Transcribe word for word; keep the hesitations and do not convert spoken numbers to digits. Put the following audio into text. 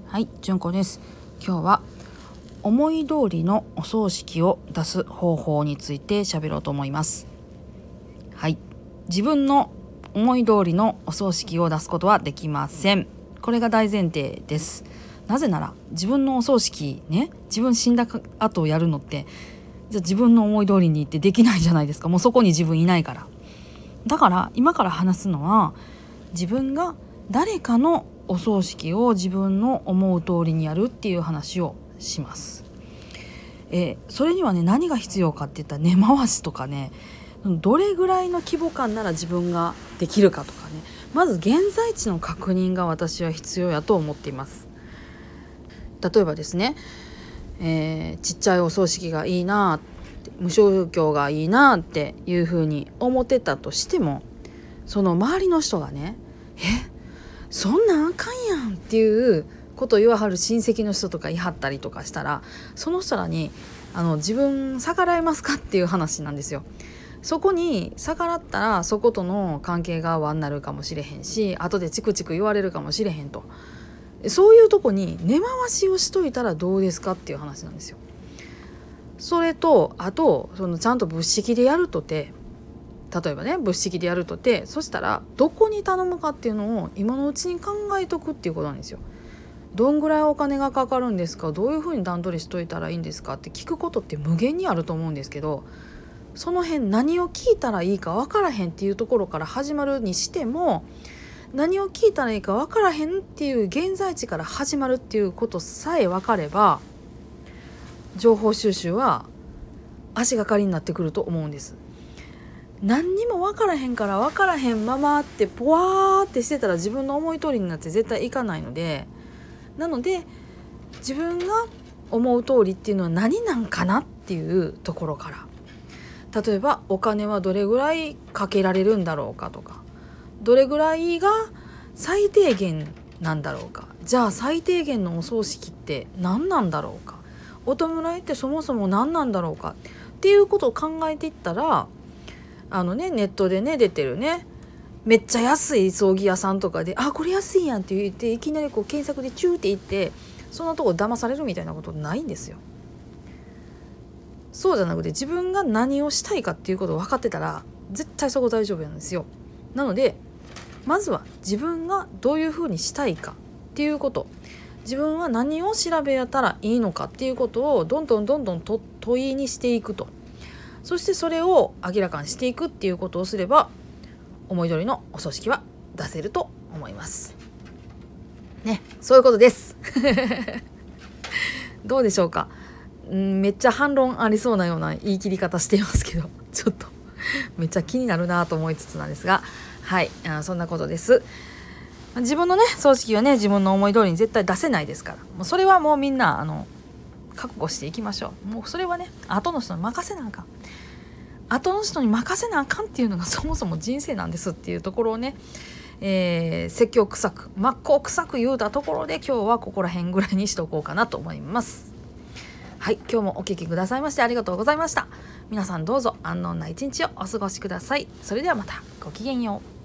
はい、じゅんこです。今日は思い通りのお葬式を出す方法について喋ろうと思います。はい、自分の思い通りのお葬式を出すことはできません。これが大前提です。なぜなら自分のお葬式ね、自分死んだ後やるのってじゃあ自分の思い通りにってできないじゃないですか。もうそこに自分いないから。だから今から話すのは、自分が誰かのお葬式を自分の思う通りにやるっていう話をします。えー、それにはね、何が必要かって言ったら根回しとかね、どれぐらいの規模感なら自分ができるかとかね、まず現在地の確認が私は必要やと思っています。例えばですね、えー、ちっちゃいお葬式がいいな、無宗教がいいなっていうふうに思ってたとしても、その周りの人がね、えそんなんあかんやんっていうことを言わはる親戚の人とかいはったりとかしたら、その人らにあの自分逆らえますかっていう話なんですよ。そこに逆らったらそことの関係が輪になるかもしれへんし、後でチクチク言われるかもしれへんと、そういうとこに根回しをしといたらどうですかっていう話なんですよ。それとあと、そのちゃんと仏式でやるとて、例えばね仏式でやるとて、そしたらどこに頼むかっていうのを今のうちに考えとくっていうことなんですよ。どんぐらいお金がかかるんですか、どういうふうに段取りしといたらいいんですかって聞くことって無限にあると思うんですけど、その辺何を聞いたらいいか分からへんっていうところから始まるにしても、何を聞いたらいいか分からへんっていう現在地から始まるっていうことさえ分かれば、情報収集は足がかりになってくると思うんです。何にも分からへんから分からへんままってポワーってしてたら自分の思い通りになって絶対いかないので、なので自分が思う通りっていうのは何なんかなっていうところから、例えばお金はどれぐらいかけられるんだろうかとか、どれぐらいが最低限なんだろうか、じゃあ最低限のお葬式って何なんだろうか、お弔いってそもそも何なんだろうかっていうことを考えていったら、あのねネットでね出てるね、めっちゃ安い葬儀屋さんとかで、あこれ安いやんって言っていきなりこう検索でチューって言ってそのとこ騙されるみたいなことないんですよ。そうじゃなくて、自分が何をしたいかっていうことを分かってたら絶対そこ大丈夫なんですよ。なのでまずは自分がどういうふうにしたいかっていうこと、自分は何を調べたらいいのかっていうことをどんどんどんどんと問いにしていくと、そしてそれを明らかにしていくっていうことをすれば、思い通りのお葬式は出せると思いますね。そういうことですどうでしょうか。んめっちゃ反論ありそうなような言い切り方していますけど、ちょっとめっちゃ気になるなと思いつつなんですが、はい、あそんなことです。自分のね葬式はね、自分の思い通りに絶対出せないですから、もうそれはもうみんなあの覚悟していきましょう。もうそれはね後の人に任せなあかん、後の人に任せなあかんっていうのがそもそも人生なんですっていうところをね、えー、説教臭く真っ向臭く言うたところで、今日はここら辺ぐらいにしとこうかなと思います。はい、今日もお聞きくださいましてありがとうございました。皆さんどうぞ安穏な一日をお過ごしください。それではまた、ごきげんよう。